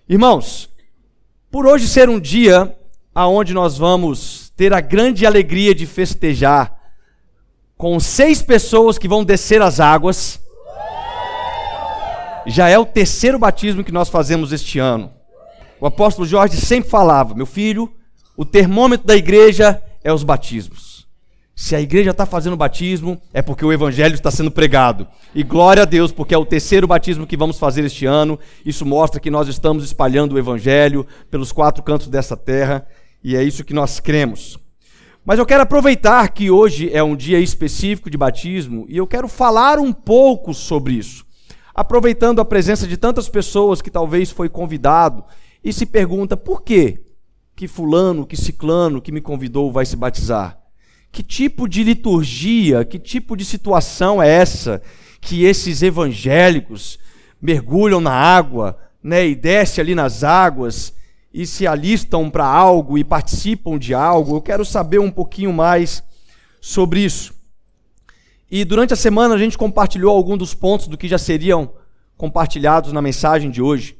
Irmãos, por hoje ser um dia onde nós vamos ter a grande alegria de festejar com 6 pessoas que vão descer as águas, já é o 3º batismo que nós fazemos este ano. O apóstolo Jorge sempre falava: meu filho, o termômetro da igreja é os batismos. Se a igreja está fazendo batismo, é porque o evangelho está sendo pregado. E glória a Deus, porque é o 3º batismo que vamos fazer este ano. Isso mostra que nós estamos espalhando o evangelho pelos 4 cantos dessa terra, e é isso que nós cremos. Mas eu quero aproveitar que hoje é um dia específico de batismo, e eu quero falar um pouco sobre isso, aproveitando a presença de tantas pessoas que talvez foi convidado, e se pergunta: por que fulano, que ciclano que me convidou vai se batizar? Que tipo de liturgia, que tipo de situação é essa que esses evangélicos mergulham na água, e descem ali nas águas e se alistam para algo e participam de algo? Eu quero saber um pouquinho mais sobre isso. E durante a semana a gente compartilhou alguns dos pontos do que já seriam compartilhados na mensagem de hoje,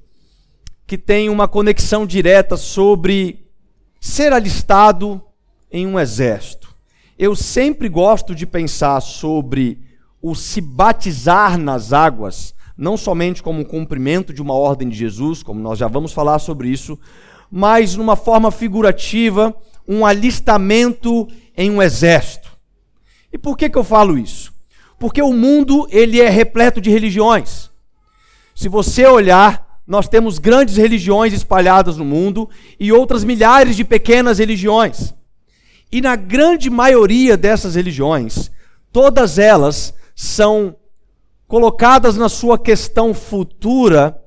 que tem uma conexão direta sobre ser alistado em um exército. Eu sempre gosto de pensar sobre o se batizar nas águas, não somente como um cumprimento de uma ordem de Jesus, como nós já vamos falar sobre isso, mas numa forma figurativa, um alistamento em um exército. E por que eu falo isso? Porque o mundo ele é repleto de religiões. Se você olhar, nós temos grandes religiões espalhadas no mundo e outras milhares de pequenas religiões. E na grande maioria dessas religiões, todas elas são colocadas na sua questão futura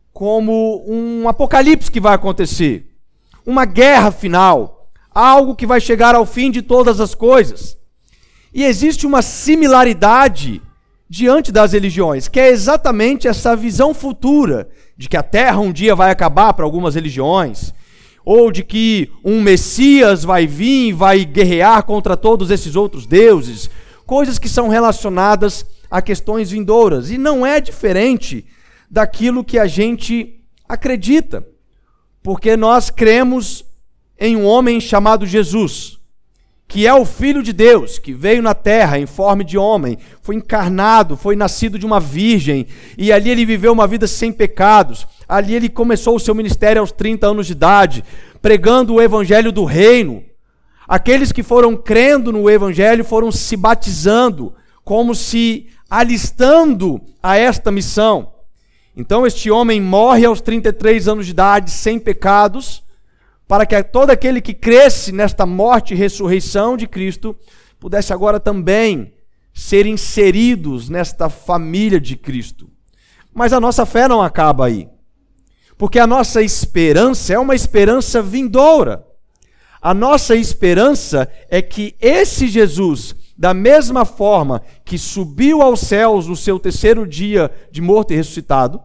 como um apocalipse que vai acontecer, uma guerra final, algo que vai chegar ao fim de todas as coisas. E existe uma similaridade diante das religiões, que é exatamente essa visão futura de que a terra um dia vai acabar para algumas religiões, ou de que um Messias vai vir e vai guerrear contra todos esses outros deuses, coisas que são relacionadas a questões vindouras. E não é diferente daquilo que a gente acredita, porque nós cremos em um homem chamado Jesus, que é o Filho de Deus, que veio na terra em forma de homem, foi encarnado, foi nascido de uma virgem, e ali ele viveu uma vida sem pecados. Ali ele começou o seu ministério aos 30 anos de idade, pregando o evangelho do reino. Aqueles que foram crendo no evangelho foram se batizando, como se alistando a esta missão. Então este homem morre aos 33 anos de idade, sem pecados, para que todo aquele que cresce nesta morte e ressurreição de Cristo pudesse agora também ser inseridos nesta família de Cristo. Mas a nossa fé não acaba aí, porque a nossa esperança é uma esperança vindoura. A nossa esperança é que esse Jesus, da mesma forma que subiu aos céus no seu 3º dia de morto e ressuscitado,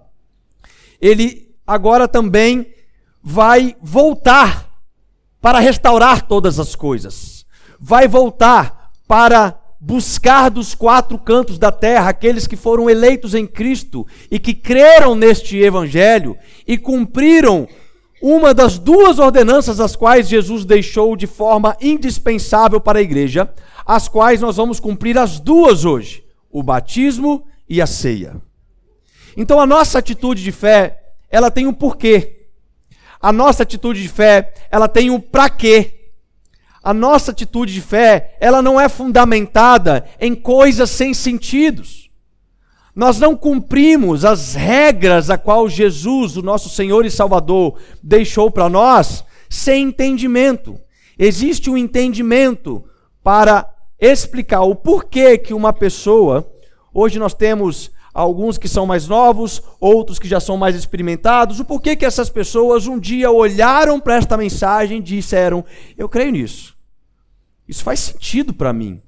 ele agora também vai voltar para restaurar todas as coisas. Vai voltar para buscar dos 4 cantos da terra aqueles que foram eleitos em Cristo e que creram neste evangelho e cumpriram uma das 2 ordenanças as quais Jesus deixou de forma indispensável para a igreja, as quais nós vamos cumprir as 2 hoje: o batismo e a ceia. Então a nossa atitude de fé, ela tem um porquê. A nossa atitude de fé, ela tem um pra quê. A nossa atitude de fé, ela não é fundamentada em coisas sem sentidos. Nós não cumprimos as regras a qual Jesus, o nosso Senhor e Salvador, deixou para nós sem entendimento. Existe um entendimento para explicar o porquê que uma pessoa, hoje nós temos alguns que são mais novos, outros que já são mais experimentados, o porquê que essas pessoas um dia olharam para esta mensagem e disseram: eu creio nisso, isso faz sentido para mim,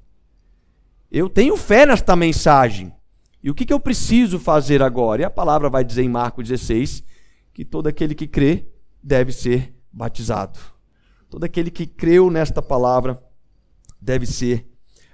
eu tenho fé nesta mensagem, e o que eu preciso fazer agora? E a palavra vai dizer em Marcos 16, que todo aquele que crê deve ser batizado. Todo aquele que creu nesta palavra deve ser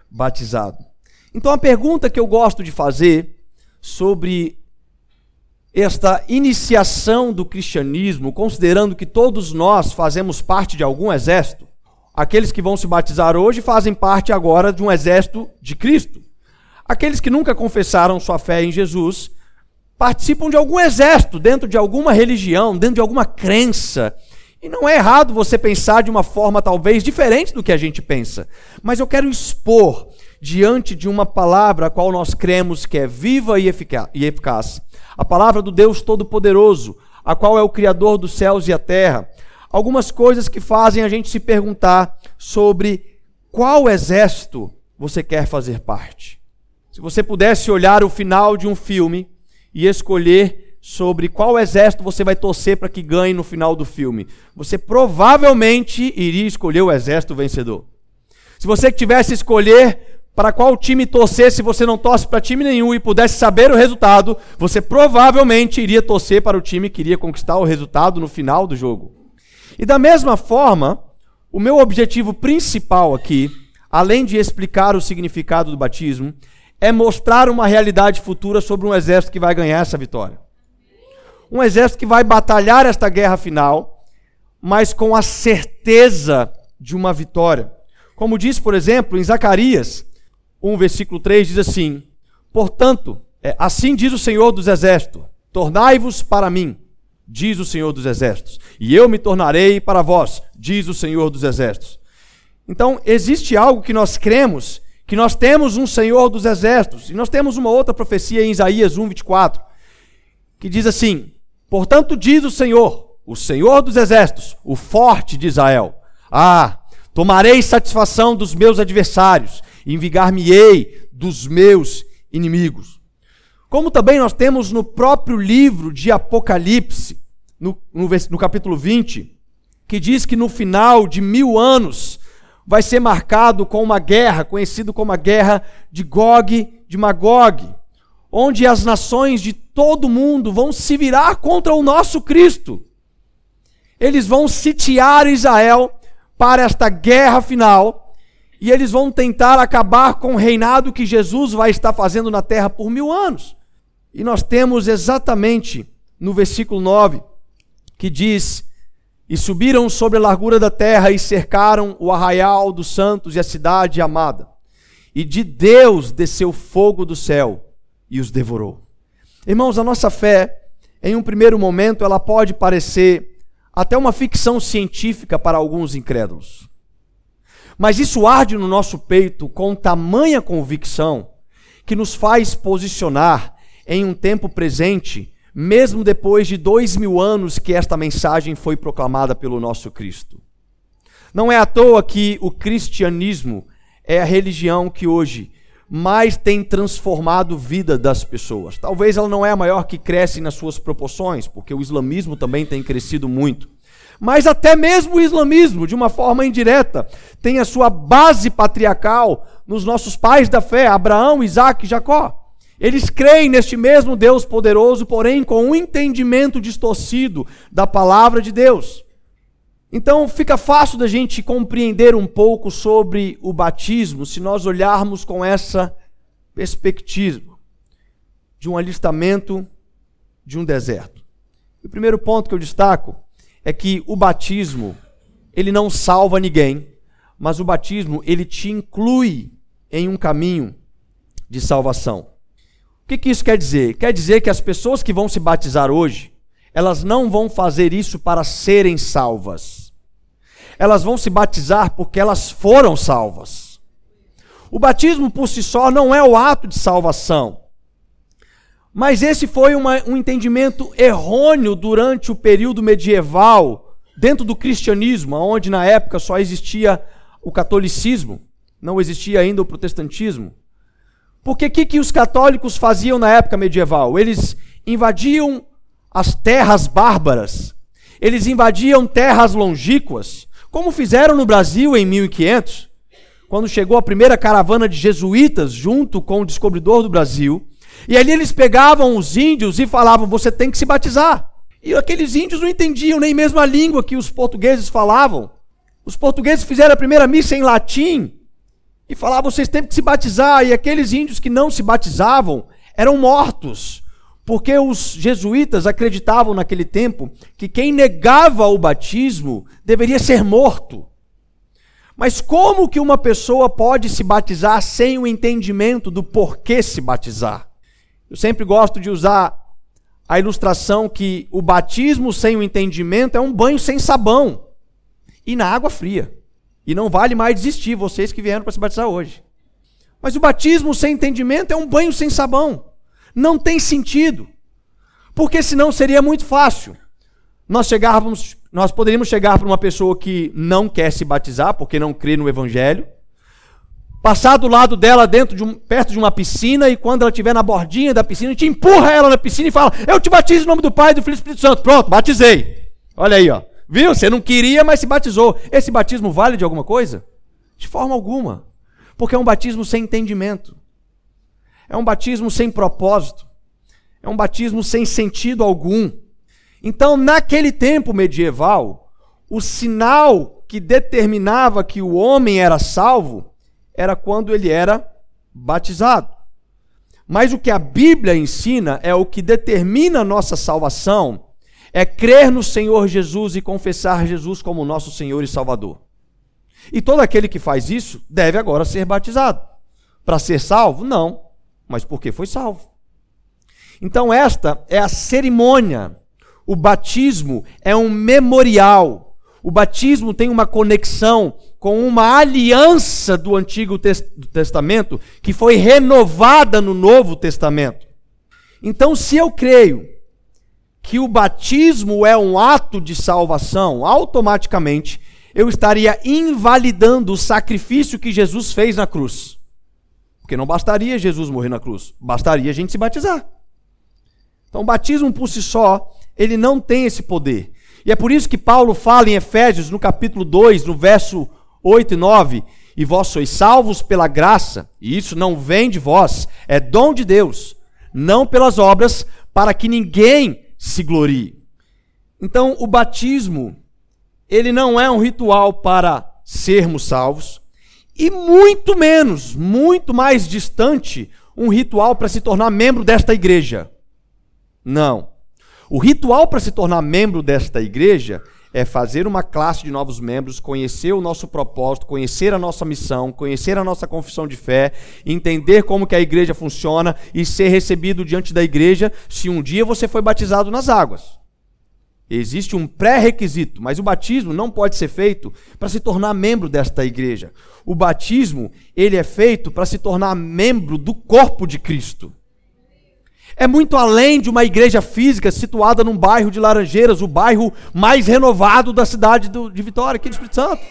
batizado. Então a pergunta que eu gosto de fazer sobre esta iniciação do cristianismo, considerando que todos nós fazemos parte de algum exército, aqueles que vão se batizar hoje fazem parte agora de um exército de Cristo. Aqueles que nunca confessaram sua fé em Jesus participam de algum exército, dentro de alguma religião, dentro de alguma crença. E não é errado você pensar de uma forma talvez diferente do que a gente pensa. Mas eu quero expor diante de uma palavra a qual nós cremos que é viva e eficaz. A palavra do Deus Todo-Poderoso, a qual é o Criador dos céus e a terra. Algumas coisas que fazem a gente se perguntar sobre qual exército você quer fazer parte. Se você pudesse olhar o final de um filme e escolher sobre qual exército você vai torcer para que ganhe no final do filme, você provavelmente iria escolher o exército vencedor. Se você tivesse escolher para qual time torcer, se você não torce para time nenhum e pudesse saber o resultado, você provavelmente iria torcer para o time que iria conquistar o resultado no final do jogo. E da mesma forma, o meu objetivo principal aqui, além de explicar o significado do batismo, é mostrar uma realidade futura sobre um exército que vai ganhar essa vitória. Um exército que vai batalhar esta guerra final, mas com a certeza de uma vitória. Como diz, por exemplo, em Zacarias 1, versículo 3, diz assim: portanto, assim diz o Senhor dos Exércitos, tornai-vos para mim, diz o Senhor dos Exércitos, e eu me tornarei para vós, diz o Senhor dos Exércitos. Então, existe algo que nós cremos, que nós temos um Senhor dos Exércitos, e nós temos uma outra profecia em Isaías 1, 24, que diz assim: portanto, diz o Senhor dos Exércitos, o forte de Israel, tomarei satisfação dos meus adversários, e envigar-me-ei dos meus inimigos. Como também nós temos no próprio livro de Apocalipse, no capítulo 20, que diz que no final de 1000 anos vai ser marcado com uma guerra, conhecido como a guerra de Gog de Magog, onde as nações de todo o mundo vão se virar contra o nosso Cristo. Eles vão sitiar Israel para esta guerra final, e eles vão tentar acabar com o reinado que Jesus vai estar fazendo na terra por 1000 anos. E nós temos exatamente no versículo 9, que diz: e subiram sobre a largura da terra e cercaram o arraial dos santos e a cidade amada. E de Deus desceu fogo do céu e os devorou. Irmãos, a nossa fé, em um primeiro momento, ela pode parecer até uma ficção científica para alguns incrédulos. Mas isso arde no nosso peito com tamanha convicção que nos faz posicionar em um tempo presente, mesmo depois de 2000 anos que esta mensagem foi proclamada pelo nosso Cristo. Não é à toa que o cristianismo é a religião que hoje mais tem transformado a vida das pessoas. Talvez ela não é a maior que cresce nas suas proporções, porque o islamismo também tem crescido muito. Mas até mesmo o islamismo, de uma forma indireta, tem a sua base patriarcal nos nossos pais da fé, Abraão, Isaac e Jacó. Eles creem neste mesmo Deus poderoso, porém com um entendimento distorcido da palavra de Deus. Então fica fácil da gente compreender um pouco sobre o batismo se nós olharmos com essa perspectiva de um alistamento de um deserto. O primeiro ponto que eu destaco é que o batismo, ele não salva ninguém, mas o batismo, ele te inclui em um caminho de salvação. O que isso quer dizer? Quer dizer que as pessoas que vão se batizar hoje, elas não vão fazer isso para serem salvas. Elas vão se batizar porque elas foram salvas. O batismo por si só não é o ato de salvação. Mas esse foi um entendimento errôneo durante o período medieval, dentro do cristianismo, onde na época só existia o catolicismo, não existia ainda o protestantismo. Porque o que os católicos faziam na época medieval? Eles invadiam as terras bárbaras, eles invadiam terras longínquas, como fizeram no Brasil em 1500, quando chegou a primeira caravana de jesuítas junto com o descobridor do Brasil. E ali eles pegavam os índios e falavam: você tem que se batizar. E aqueles índios não entendiam nem mesmo a língua que os portugueses falavam. Os portugueses fizeram a primeira missa em latim e falavam: vocês têm que se batizar. E aqueles índios que não se batizavam eram mortos, Porque os jesuítas acreditavam naquele tempo que quem negava o batismo deveria ser morto. Mas como que uma pessoa pode se batizar sem o entendimento do porquê se batizar? Eu sempre gosto de usar a ilustração que o batismo sem o entendimento é um banho sem sabão e na água fria. E não vale mais desistir, vocês que vieram para se batizar hoje. Mas o batismo sem entendimento é um banho sem sabão. Não tem sentido. Porque senão seria muito fácil. Nós poderíamos chegar para uma pessoa que não quer se batizar, porque não crê no Evangelho, passar do lado dela perto de uma piscina, e quando ela estiver na bordinha da piscina, a gente empurra ela na piscina e fala: eu te batizo em nome do Pai, do Filho e do Espírito Santo. Pronto, batizei. Olha aí, ó. Viu? Você não queria, mas se batizou. Esse batismo vale de alguma coisa? De forma alguma. Porque é um batismo sem entendimento. É um batismo sem propósito. É um batismo sem sentido algum. Então, naquele tempo medieval, o sinal que determinava que o homem era salvo era quando ele era batizado. Mas o que a Bíblia ensina é o que determina a nossa salvação, é crer no Senhor Jesus e confessar Jesus como nosso Senhor e Salvador. E todo aquele que faz isso deve agora ser batizado. Para ser salvo? Não, mas porque foi salvo. Então esta é a cerimônia. O batismo é um memorial. O batismo tem uma conexão com uma aliança do Antigo Testamento que foi renovada no Novo Testamento. Então, se eu creio que o batismo é um ato de salvação, automaticamente eu estaria invalidando o sacrifício que Jesus fez na cruz. Porque não bastaria Jesus morrer na cruz, bastaria a gente se batizar. Então, o batismo por si só, ele não tem esse poder. E é por isso que Paulo fala em Efésios, no capítulo 2, no verso 8 e 9, e vós sois salvos pela graça, e isso não vem de vós, é dom de Deus, não pelas obras, para que ninguém se glorie. Então, o batismo, ele não é um ritual para sermos salvos, e muito menos, muito mais distante, um ritual para se tornar membro desta igreja. Não. O ritual para se tornar membro desta igreja é fazer uma classe de novos membros, conhecer o nosso propósito, conhecer a nossa missão, conhecer a nossa confissão de fé, entender como que a igreja funciona e ser recebido diante da igreja se um dia você foi batizado nas águas. Existe um pré-requisito, mas o batismo não pode ser feito para se tornar membro desta igreja. O batismo, ele é feito para se tornar membro do corpo de Cristo. É muito além de uma igreja física situada num bairro de Laranjeiras, o bairro mais renovado da cidade de Vitória, aqui do Espírito Santo.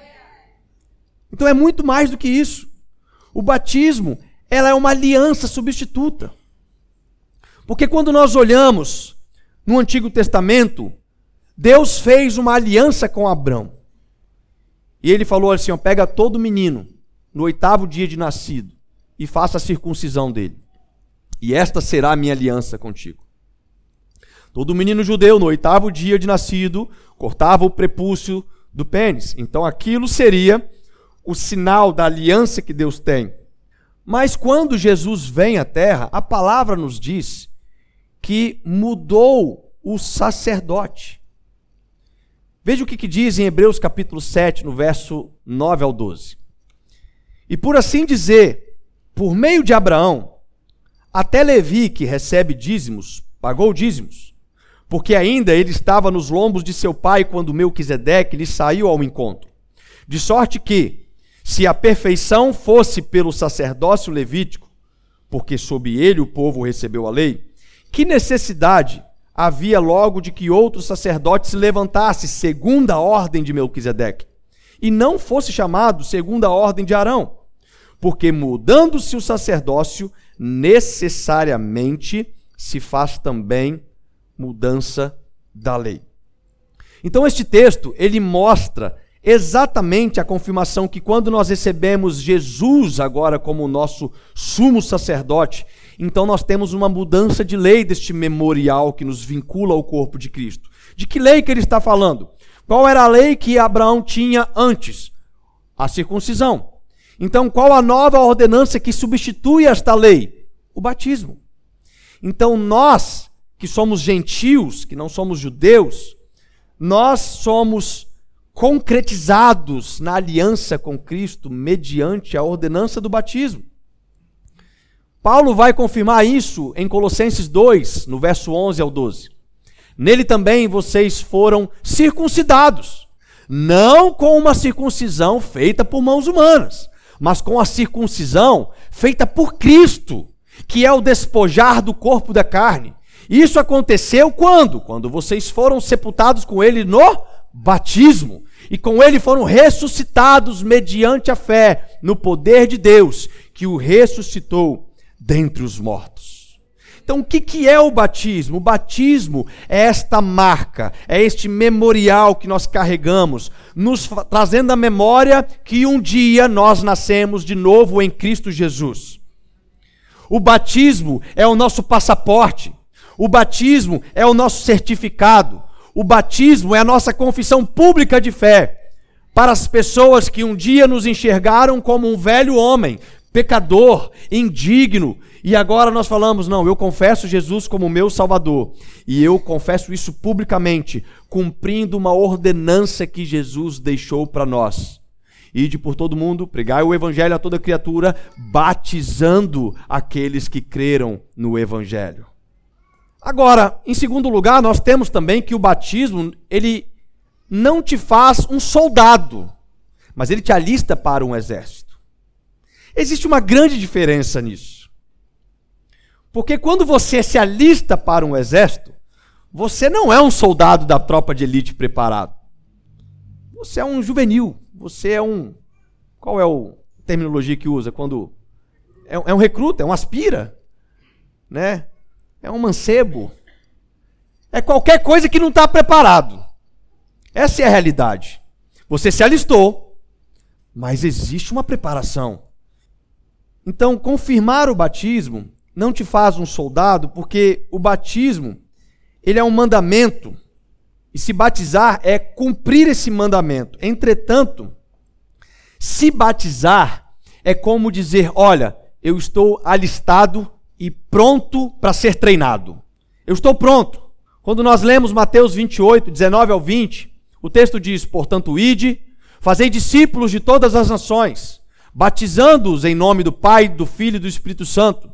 Então é muito mais do que isso. O batismo, ela é uma aliança substituta. Porque quando nós olhamos no Antigo Testamento, Deus fez uma aliança com Abrão. E ele falou assim, ó, pega todo menino no 8º dia de nascido e faça a circuncisão dele. E esta será a minha aliança contigo. Todo menino judeu, no 8º dia de nascido, cortava o prepúcio do pênis. Então aquilo seria o sinal da aliança que Deus tem. Mas quando Jesus vem à terra, a palavra nos diz que mudou o sacerdote. Veja o que diz em Hebreus capítulo 7, no verso 9 ao 12. E por assim dizer, por meio de Abraão, até Levi, que recebe dízimos, pagou dízimos, porque ainda ele estava nos lombos de seu pai quando Melquisedeque lhe saiu ao encontro. De sorte que, se a perfeição fosse pelo sacerdócio levítico, porque sob ele o povo recebeu a lei, que necessidade havia logo de que outro sacerdote se levantasse segundo a ordem de Melquisedeque, e não fosse chamado segundo a ordem de Arão? Porque mudando-se o sacerdócio, necessariamente se faz também mudança da lei. Então este texto, ele mostra exatamente a confirmação que quando nós recebemos Jesus agora como nosso sumo sacerdote, então nós temos uma mudança de lei deste memorial que nos vincula ao corpo de Cristo. De que lei que ele está falando? Qual era a lei que Abraão tinha antes? A circuncisão. Então, qual a nova ordenança que substitui esta lei? O batismo. Então nós, que somos gentios, que não somos judeus, nós somos concretizados na aliança com Cristo mediante a ordenança do batismo. Paulo vai confirmar isso em Colossenses 2, no verso 11 ao 12. Nele também vocês foram circuncidados, não com uma circuncisão feita por mãos humanas, mas com a circuncisão feita por Cristo, que é o despojar do corpo da carne. Isso aconteceu quando? Quando vocês foram sepultados com ele no batismo, e com ele foram ressuscitados mediante a fé no poder de Deus, que o ressuscitou dentre os mortos. Então, o que é o batismo? O batismo é esta marca, é este memorial que nós carregamos, nos trazendo à memória que um dia nós nascemos de novo em Cristo Jesus. O batismo é o nosso passaporte. O batismo é o nosso certificado. O batismo é a nossa confissão pública de fé para as pessoas que um dia nos enxergaram como um velho homem, pecador, indigno, e agora nós falamos, não, eu confesso Jesus como meu Salvador, e eu confesso isso publicamente, cumprindo uma ordenança que Jesus deixou para nós. Ide por todo mundo, pregai o Evangelho a toda criatura, batizando aqueles que creram no Evangelho. Agora, em segundo lugar, nós temos também que o batismo, ele não te faz um soldado, mas ele te alista para um exército. Existe uma grande diferença nisso. Porque quando você se alista para um exército, você não é um soldado da tropa de elite preparado. Você é um juvenil, você é um... Qual é a terminologia que usa quando... É um recruta, é um aspira, né? É um mancebo. É qualquer coisa que não está preparado. Essa é a realidade. Você se alistou, mas existe uma preparação. Então, confirmar o batismo não te faz um soldado, porque o batismo, ele é um mandamento, e se batizar é cumprir esse mandamento. Entretanto, se batizar é como dizer, olha, eu estou alistado e pronto para ser treinado. Eu estou pronto. Quando nós lemos Mateus 28, 19 ao 20, o texto diz, portanto, ide, fazei discípulos de todas as nações, batizando-os em nome do Pai, do Filho e do Espírito Santo,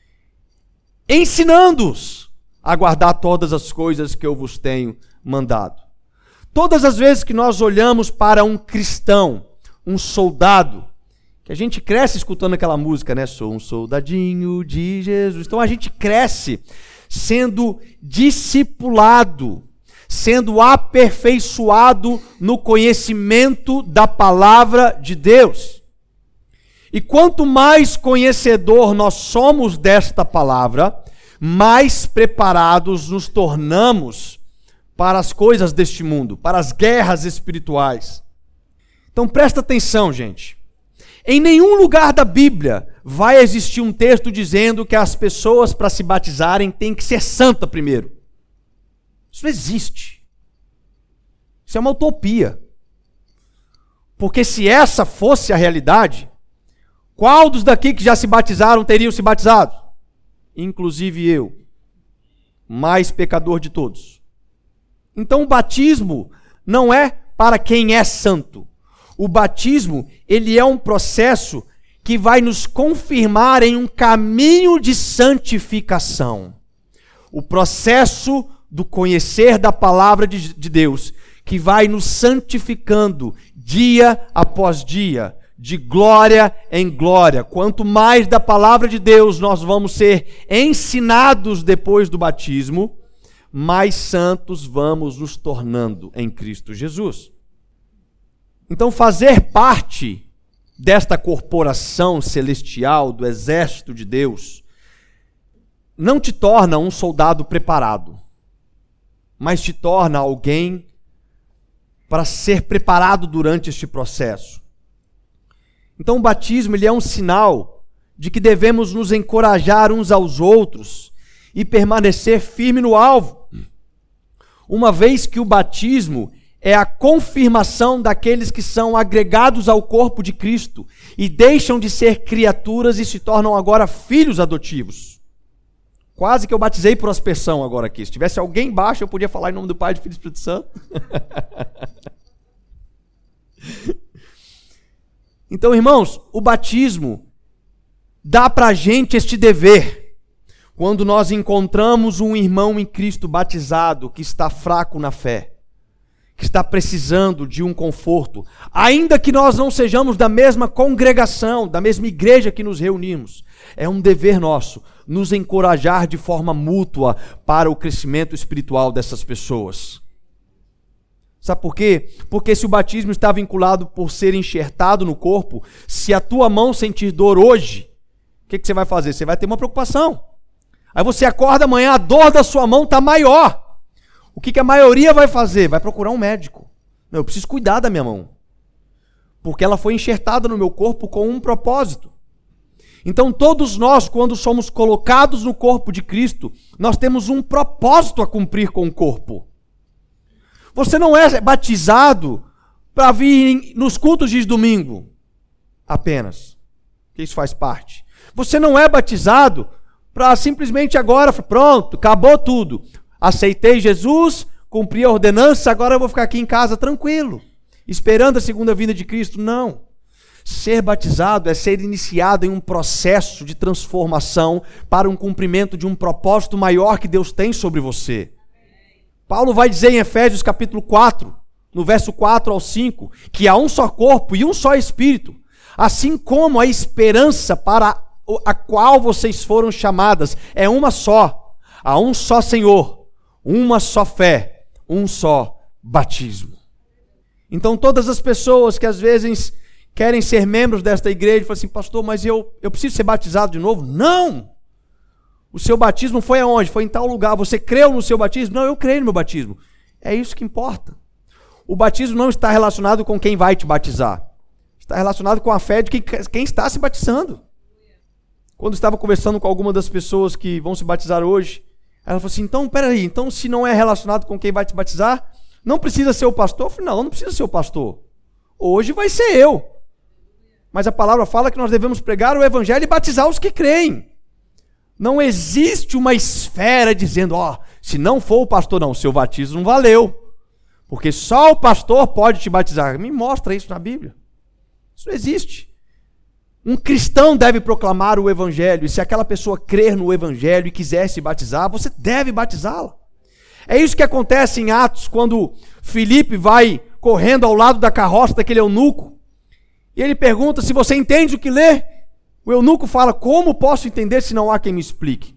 ensinando-os a guardar todas as coisas que eu vos tenho mandado. Todas as vezes que nós olhamos para um cristão, um soldado, que a gente cresce escutando aquela música, né? Sou um soldadinho de Jesus. Então a gente cresce sendo discipulado, sendo aperfeiçoado no conhecimento da palavra de Deus. E quanto mais conhecedor nós somos desta palavra, mais preparados nos tornamos para as coisas deste mundo, para as guerras espirituais. Então presta atenção, gente. Em nenhum lugar da Bíblia vai existir um texto dizendo que as pessoas para se batizarem têm que ser santa primeiro. Isso não existe. Isso é uma utopia. Porque se essa fosse a realidade, qual dos daqui que já se batizaram teriam se batizado? Inclusive eu, mais pecador de todos. Então o batismo não é para quem é santo. O batismo, ele é um processo que vai nos confirmar em um caminho de santificação. O processo do conhecer da palavra de Deus, que vai nos santificando dia após dia, de glória em glória. Quanto mais da palavra de Deus nós vamos ser ensinados depois do batismo, mais santos vamos nos tornando em Cristo Jesus. Então, fazer parte desta corporação celestial, do exército de Deus, não te torna um soldado preparado, mas te torna alguém para ser preparado durante este processo. Então, o batismo ele é um sinal de que devemos nos encorajar uns aos outros e permanecer firme no alvo, uma vez que o batismo é a confirmação daqueles que são agregados ao corpo de Cristo e deixam de ser criaturas e se tornam agora filhos adotivos. Quase que eu batizei por aspersão agora aqui. Se tivesse alguém embaixo, eu podia falar em nome do Pai, do Filho e do Espírito Santo. Então, irmãos, o batismo dá pra gente este dever. Quando nós encontramos um irmão em Cristo batizado que está fraco na fé, que está precisando de um conforto, ainda que nós não sejamos da mesma congregação, da mesma igreja que nos reunimos, é um dever nosso nos encorajar de forma mútua para o crescimento espiritual dessas pessoas. Sabe por quê? Porque se o batismo está vinculado por ser enxertado no corpo, se a tua mão sentir dor hoje, o que você vai fazer? Você vai ter uma preocupação. Aí você acorda amanhã, a dor da sua mão está maior. O que a maioria vai fazer? Vai procurar um médico. Não, eu preciso cuidar da minha mão. Porque ela foi enxertada no meu corpo com um propósito. Então todos nós, quando somos colocados no corpo de Cristo, nós temos um propósito a cumprir com o corpo. Você não é batizado para vir nos cultos de domingo apenas, que isso faz parte. Você não é batizado para simplesmente agora, pronto, acabou tudo. Aceitei Jesus, cumpri a ordenança, agora eu vou ficar aqui em casa tranquilo, esperando a segunda vinda de Cristo. Não. Ser batizado é ser iniciado em um processo de transformação para um cumprimento de um propósito maior que Deus tem sobre você. Paulo vai dizer em Efésios capítulo 4, no verso 4 ao 5, que há um só corpo e um só espírito, assim como a esperança para a qual vocês foram chamadas é uma só. Há um só Senhor, uma só fé, um só batismo. Então todas as pessoas que às vezes querem ser membros desta igreja, falam assim, pastor, mas eu preciso ser batizado de novo? Não! O seu batismo foi aonde? Foi em tal lugar. Você creu no seu batismo? Não, eu creio no meu batismo. É isso que importa. O batismo não está relacionado com quem vai te batizar. Está relacionado com a fé de quem está se batizando. Quando eu estava conversando com alguma das pessoas que vão se batizar hoje, ela falou assim, então, peraí, então se não é relacionado com quem vai te batizar, não precisa ser o pastor? Eu falei, não precisa ser o pastor. Hoje vai ser eu. Mas a palavra fala que nós devemos pregar o evangelho e batizar os que creem. Não existe uma esfera dizendo, se não for o pastor, não, seu batismo não valeu. Porque só o pastor pode te batizar. Me mostra isso na Bíblia. Isso não existe. Um cristão deve proclamar o evangelho. E se aquela pessoa crer no evangelho e quiser se batizar, você deve batizá-la. É isso que acontece em Atos, quando Filipe vai correndo ao lado da carroça daquele eunuco. E ele pergunta se você entende o que lê. O eunuco fala, como posso entender se não há quem me explique?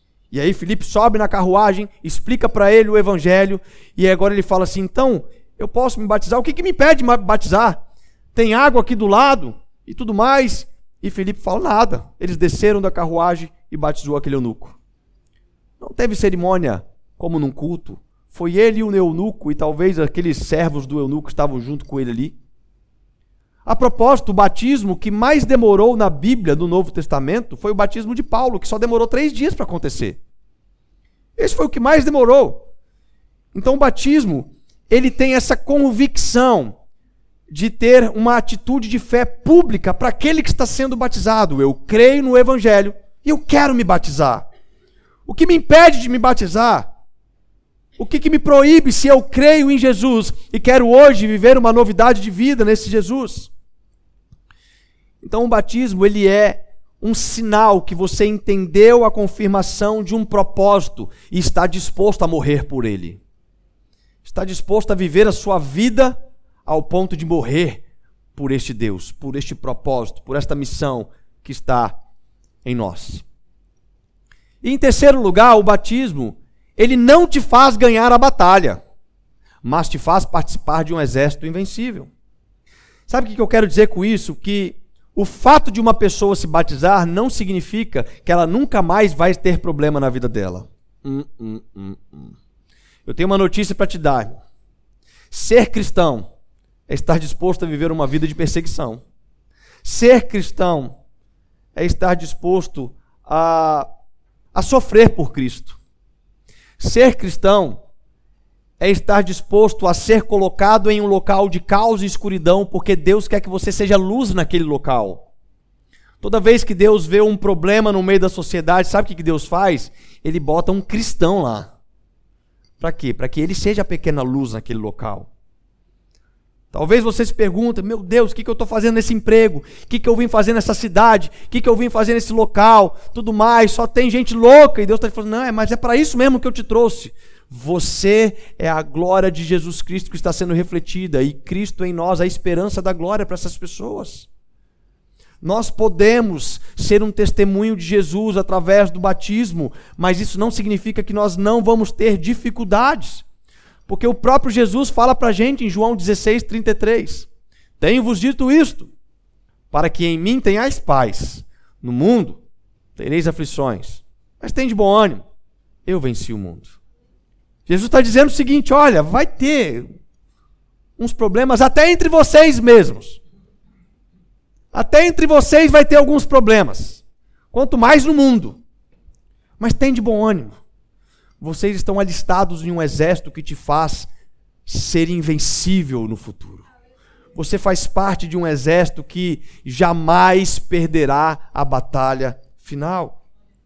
E aí Filipe sobe na carruagem, explica para ele o evangelho, e agora ele fala assim, então, eu posso me batizar? O que me impede de me batizar? Tem água aqui do lado e tudo mais. E Filipe fala, nada. Eles desceram da carruagem e batizou aquele eunuco. Não teve cerimônia como num culto. Foi ele e o eunuco, e talvez aqueles servos do eunuco estavam junto com ele ali. A propósito, o batismo que mais demorou na Bíblia, no Novo Testamento, foi o batismo de Paulo, que só demorou 3 dias para acontecer. Esse foi o que mais demorou. Então o batismo, ele tem essa convicção de ter uma atitude de fé pública para aquele que está sendo batizado. Eu creio no Evangelho e eu quero me batizar. O que me impede de me batizar? O que me proíbe se eu creio em Jesus e quero hoje viver uma novidade de vida nesse Jesus? Então o batismo, ele é um sinal que você entendeu a confirmação de um propósito e está disposto a morrer por ele. Está disposto a viver a sua vida ao ponto de morrer por este Deus, por este propósito, por esta missão que está em nós. E em terceiro lugar, o batismo, ele não te faz ganhar a batalha, mas te faz participar de um exército invencível. Sabe o que eu quero dizer com isso? Que o fato de uma pessoa se batizar não significa que ela nunca mais vai ter problema na vida dela. Eu tenho uma notícia para te dar. Ser cristão é estar disposto a viver uma vida de perseguição. Ser cristão é estar disposto a sofrer por Cristo. Ser cristão é estar disposto a ser colocado em um local de caos e escuridão, porque Deus quer que você seja luz naquele local. Toda vez que Deus vê um problema no meio da sociedade, sabe o que Deus faz? Ele bota um cristão lá. Para quê? Para que ele seja a pequena luz naquele local. Talvez você se pergunte, meu Deus, o que eu estou fazendo nesse emprego? O que eu vim fazer nessa cidade? O que eu vim fazer nesse local? Tudo mais, só tem gente louca. E Deus está falando, não, mas é para isso mesmo que eu te trouxe. Você é a glória de Jesus Cristo que está sendo refletida. E Cristo em nós, a esperança da glória para essas pessoas. Nós podemos ser um testemunho de Jesus através do batismo, mas isso não significa que nós não vamos ter dificuldades. Porque o próprio Jesus fala para a gente em João 16:33. Tenho-vos dito isto, para que em mim tenhais paz. No mundo tereis aflições, mas tem de bom ânimo. Eu venci o mundo. Jesus está dizendo o seguinte, olha, vai ter uns problemas até entre vocês mesmos. Até entre vocês vai ter alguns problemas. Quanto mais no mundo. Mas tem de bom ânimo. Vocês estão alistados em um exército que te faz ser invencível no futuro. Você faz parte de um exército que jamais perderá a batalha final.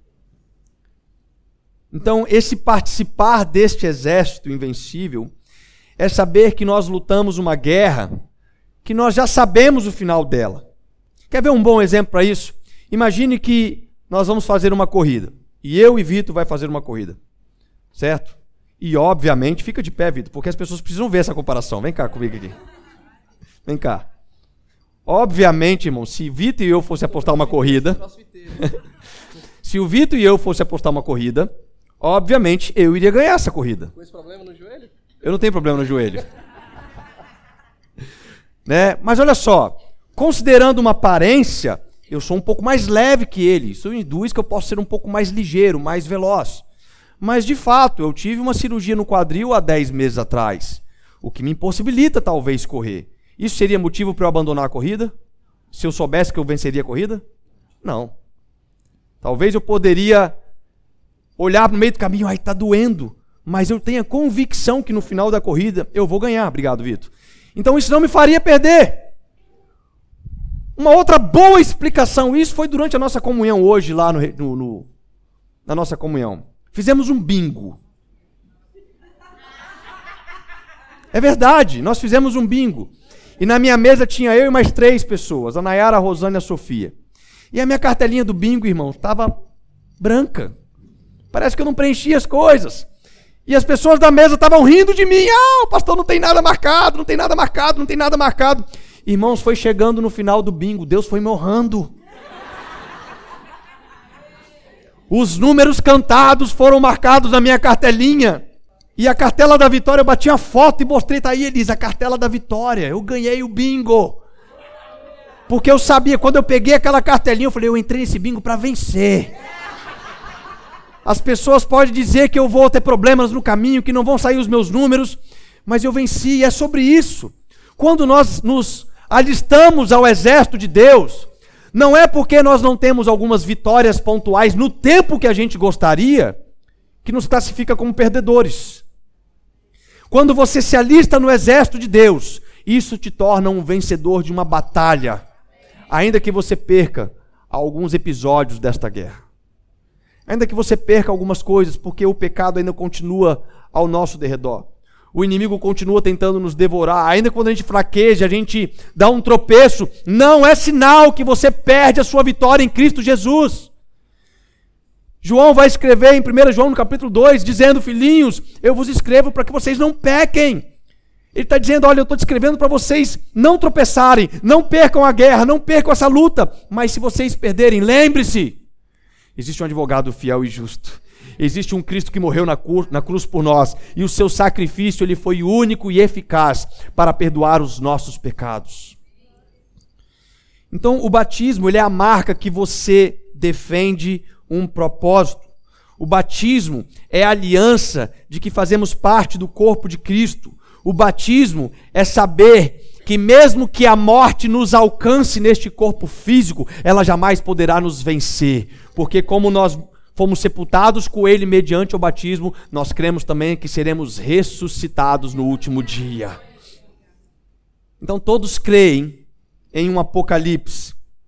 Então, esse participar deste exército invencível é saber que nós lutamos uma guerra que nós já sabemos o final dela. Quer ver um bom exemplo para isso? Imagine que nós vamos fazer uma corrida. E eu e Vitor vai fazer uma corrida. Certo? E obviamente, fica de pé, Vitor, porque as pessoas precisam ver essa comparação. Vem cá comigo aqui. Vem cá. Obviamente, irmão, se Vitor e eu fosse apostar uma corrida... se o Vitor e eu fosse apostar uma corrida, obviamente eu iria ganhar essa corrida. Com esse problema no joelho? Eu não tenho problema no joelho. Né? Mas olha só, considerando uma aparência, eu sou um pouco mais leve que ele. Isso induz que eu posso ser um pouco mais ligeiro, mais veloz. Mas, de fato, eu tive uma cirurgia no quadril há 10 meses atrás, o que me impossibilita, talvez, correr. Isso seria motivo para eu abandonar a corrida? Se eu soubesse que eu venceria a corrida? Não. Talvez eu poderia olhar no meio do caminho, ai, está doendo, mas eu tenho a convicção que no final da corrida eu vou ganhar. Obrigado, Vitor. Então, isso não me faria perder. Uma outra boa explicação, isso foi durante a nossa comunhão hoje, lá na nossa comunhão. Fizemos um bingo. É verdade, nós fizemos um bingo. E na minha mesa tinha eu e mais 3 pessoas, a Nayara, a Rosana e a Sofia. E a minha cartelinha do bingo, irmão, estava branca. Parece que eu não preenchi as coisas. E as pessoas da mesa estavam rindo de mim. Ah, o pastor não tem nada marcado, não tem nada marcado, não tem nada marcado. Irmãos, foi chegando no final do bingo, Deus foi me honrando. Os números cantados foram marcados na minha cartelinha. E a cartela da vitória, eu bati a foto e mostrei, tá aí, Elisa, a cartela da vitória. Eu ganhei o bingo. Porque eu sabia, quando eu peguei aquela cartelinha, eu falei, eu entrei nesse bingo para vencer. As pessoas podem dizer que eu vou ter problemas no caminho, que não vão sair os meus números, mas eu venci, e é sobre isso. Quando nós nos alistamos ao exército de Deus, não é porque nós não temos algumas vitórias pontuais no tempo que a gente gostaria, que nos classifica como perdedores. Quando você se alista no exército de Deus, isso te torna um vencedor de uma batalha, ainda que você perca alguns episódios desta guerra. Ainda que você perca algumas coisas, porque o pecado ainda continua ao nosso derredor. O inimigo continua tentando nos devorar. Ainda quando a gente fraqueja, a gente dá um tropeço, não é sinal que você perde a sua vitória em Cristo Jesus. João vai escrever em 1 João no capítulo 2, dizendo, filhinhos, eu vos escrevo para que vocês não pequem. Ele está dizendo, olha, eu estou te escrevendo para vocês não tropeçarem, não percam a guerra, não percam essa luta. Mas se vocês perderem, lembre-se, existe um advogado fiel e justo. Existe um Cristo que morreu na cruz por nós, e o seu sacrifício ele foi único e eficaz para perdoar os nossos pecados. Então, o batismo ele é a marca que você defende um propósito. O batismo é a aliança de que fazemos parte do corpo de Cristo. O batismo é saber que mesmo que a morte nos alcance neste corpo físico, ela jamais poderá nos vencer, porque como nós fomos sepultados com ele mediante o batismo, nós cremos também que seremos ressuscitados no último dia. Então todos creem em um apocalipse.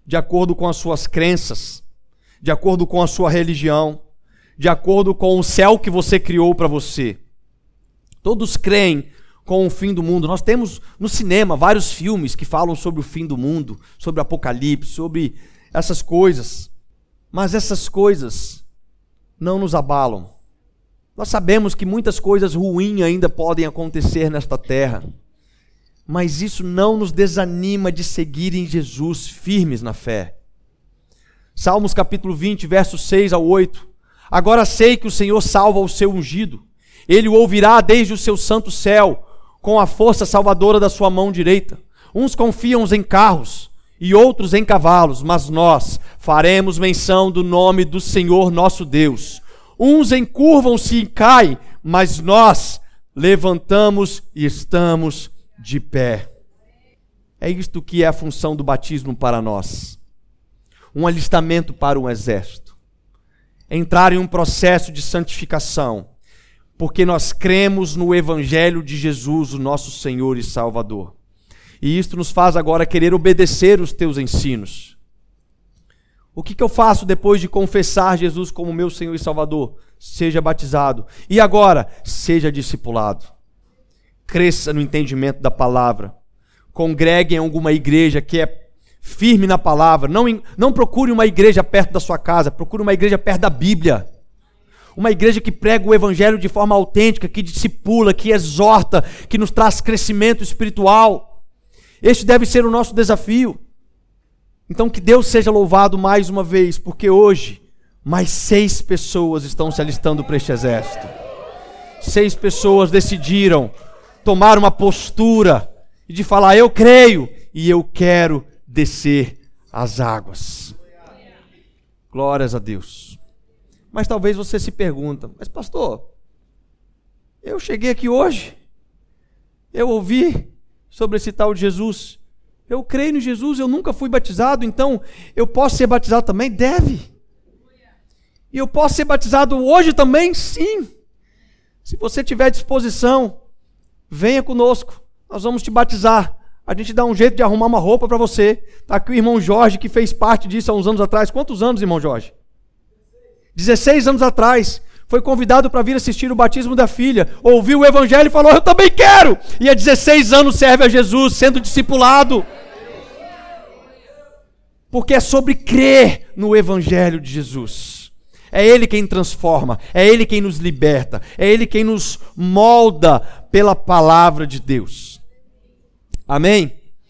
de acordo com as suas crenças, de acordo com a sua religião, de acordo com o céu que você criou para você. Todos creem com o fim do mundo. Nós temos no cinema vários filmes que falam sobre o fim do mundo, sobre o apocalipse, sobre essas coisas. Mas essas coisas não nos abalam. Nós sabemos que muitas coisas ruins ainda podem acontecer nesta terra, mas isso não nos desanima de seguir em Jesus firmes na fé. Salmos capítulo 20, versos 6 ao 8. Agora sei que o Senhor salva o seu ungido. Ele o ouvirá desde o seu santo céu, com a força salvadora da sua mão direita. Uns confiam em carros e outros em cavalos, mas nós faremos menção do nome do Senhor nosso Deus. Uns encurvam-se e caem, mas nós levantamos e estamos de pé. É isto que é a função do batismo para nós. Um alistamento para um exército. Entrar em um processo de santificação, porque nós cremos no Evangelho de Jesus, o nosso Senhor e Salvador. E isto nos faz agora querer obedecer os teus ensinos. O que eu faço depois de confessar Jesus como meu Senhor e Salvador? Seja batizado. E agora, seja discipulado. Cresça no entendimento da palavra. Congregue em alguma igreja que é firme na palavra. Não procure uma igreja perto da sua casa, procure uma igreja perto da Bíblia. Uma igreja que prega o Evangelho de forma autêntica, que discipula, que exorta, que nos traz crescimento espiritual. Este deve ser o nosso desafio. Então que Deus seja louvado mais uma vez, porque hoje mais 6 pessoas estão se alistando para este exército. 6 pessoas decidiram tomar uma postura e de falar: eu creio e eu quero descer as águas. Glórias a Deus. Mas talvez você se pergunta: mas pastor, eu cheguei aqui hoje, eu ouvi sobre esse tal de Jesus, eu creio em Jesus, eu nunca fui batizado, então eu posso ser batizado também? Deve. E eu posso ser batizado hoje também? Sim. Se você tiver disposição, venha conosco, nós vamos te batizar. A gente dá um jeito de arrumar uma roupa para você. Está aqui o irmão Jorge, que fez parte disso há uns anos atrás. Quantos anos, irmão Jorge? 16 anos atrás. Foi convidado para vir assistir o batismo da filha. Ouviu o evangelho e falou: eu também quero. E há 16 anos serve a Jesus, sendo discipulado. Porque é sobre crer no evangelho de Jesus. É Ele quem transforma, é Ele quem nos liberta, é Ele quem nos molda pela palavra de Deus. Amém?